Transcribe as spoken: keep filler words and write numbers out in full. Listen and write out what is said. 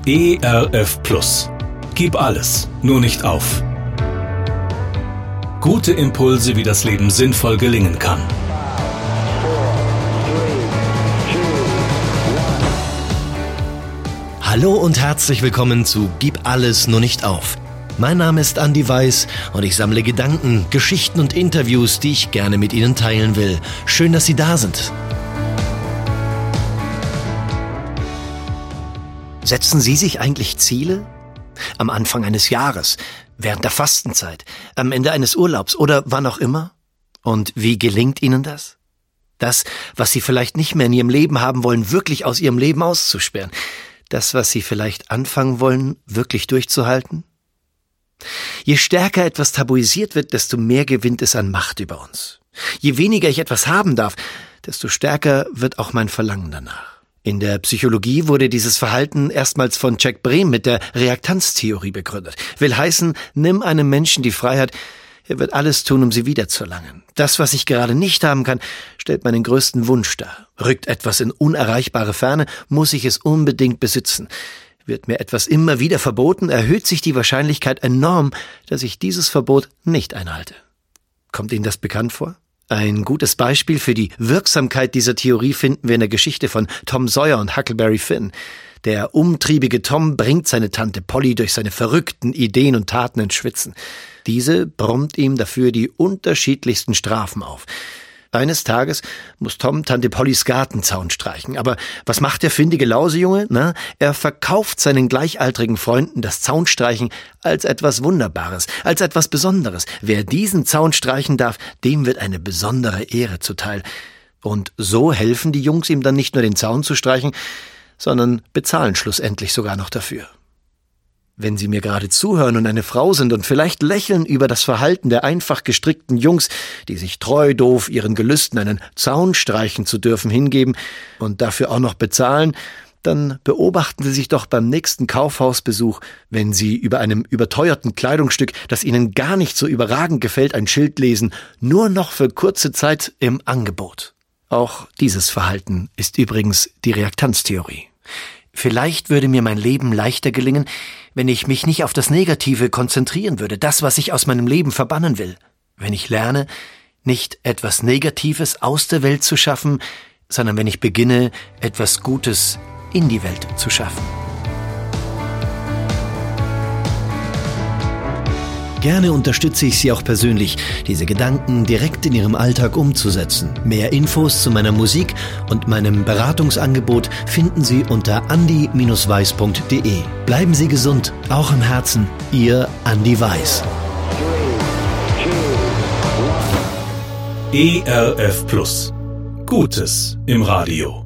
E R F Plus. Gib alles, nur nicht auf. Gute Impulse, wie das Leben sinnvoll gelingen kann. Hallo und herzlich willkommen zu Gib alles, nur nicht auf. Mein Name ist Andi Weiß und ich sammle Gedanken, Geschichten und Interviews, die ich gerne mit Ihnen teilen will. Schön, dass Sie da sind. Setzen Sie sich eigentlich Ziele? Am Anfang eines Jahres, während der Fastenzeit, am Ende eines Urlaubs oder wann auch immer? Und wie gelingt Ihnen das? Das, was Sie vielleicht nicht mehr in Ihrem Leben haben wollen, wirklich aus Ihrem Leben auszusperren. Das, was Sie vielleicht anfangen wollen, wirklich durchzuhalten? Je stärker etwas tabuisiert wird, desto mehr gewinnt es an Macht über uns. Je weniger ich etwas haben darf, desto stärker wird auch mein Verlangen danach. In der Psychologie wurde dieses Verhalten erstmals von Jack Brehm mit der Reaktanztheorie begründet. Will heißen, nimm einem Menschen die Freiheit, er wird alles tun, um sie wiederzuerlangen. Das, was ich gerade nicht haben kann, stellt meinen größten Wunsch dar. Rückt etwas in unerreichbare Ferne, muss ich es unbedingt besitzen. Wird mir etwas immer wieder verboten, erhöht sich die Wahrscheinlichkeit enorm, dass ich dieses Verbot nicht einhalte. Kommt Ihnen das bekannt vor? Ein gutes Beispiel für die Wirksamkeit dieser Theorie finden wir in der Geschichte von Tom Sawyer und Huckleberry Finn. Der umtriebige Tom bringt seine Tante Polly durch seine verrückten Ideen und Taten ins Schwitzen. Diese brummt ihm dafür die unterschiedlichsten Strafen auf. Eines Tages muss Tom Tante Pollys Gartenzaun streichen. Aber was macht der findige Lausejunge? Na, er verkauft seinen gleichaltrigen Freunden das Zaunstreichen als etwas Wunderbares, als etwas Besonderes. Wer diesen Zaun streichen darf, dem wird eine besondere Ehre zuteil. Und so helfen die Jungs ihm dann nicht nur den Zaun zu streichen, sondern bezahlen schlussendlich sogar noch dafür. Wenn Sie mir gerade zuhören und eine Frau sind und vielleicht lächeln über das Verhalten der einfach gestrickten Jungs, die sich treu doof ihren Gelüsten einen Zaun streichen zu dürfen hingeben und dafür auch noch bezahlen, dann beobachten Sie sich doch beim nächsten Kaufhausbesuch, wenn Sie über einem überteuerten Kleidungsstück, das Ihnen gar nicht so überragend gefällt, ein Schild lesen, nur noch für kurze Zeit im Angebot. Auch dieses Verhalten ist übrigens die Reaktanztheorie. Vielleicht würde mir mein Leben leichter gelingen, wenn ich mich nicht auf das Negative konzentrieren würde, das, was ich aus meinem Leben verbannen will. Wenn ich lerne, nicht etwas Negatives aus der Welt zu schaffen, sondern wenn ich beginne, etwas Gutes in die Welt zu schaffen. Gerne unterstütze ich Sie auch persönlich, diese Gedanken direkt in Ihrem Alltag umzusetzen. Mehr Infos zu meiner Musik und meinem Beratungsangebot finden Sie unter andi Bindestrich weiß punkt de. Bleiben Sie gesund, auch im Herzen. Ihr Andi Weiß. E R F Plus. Gutes im Radio.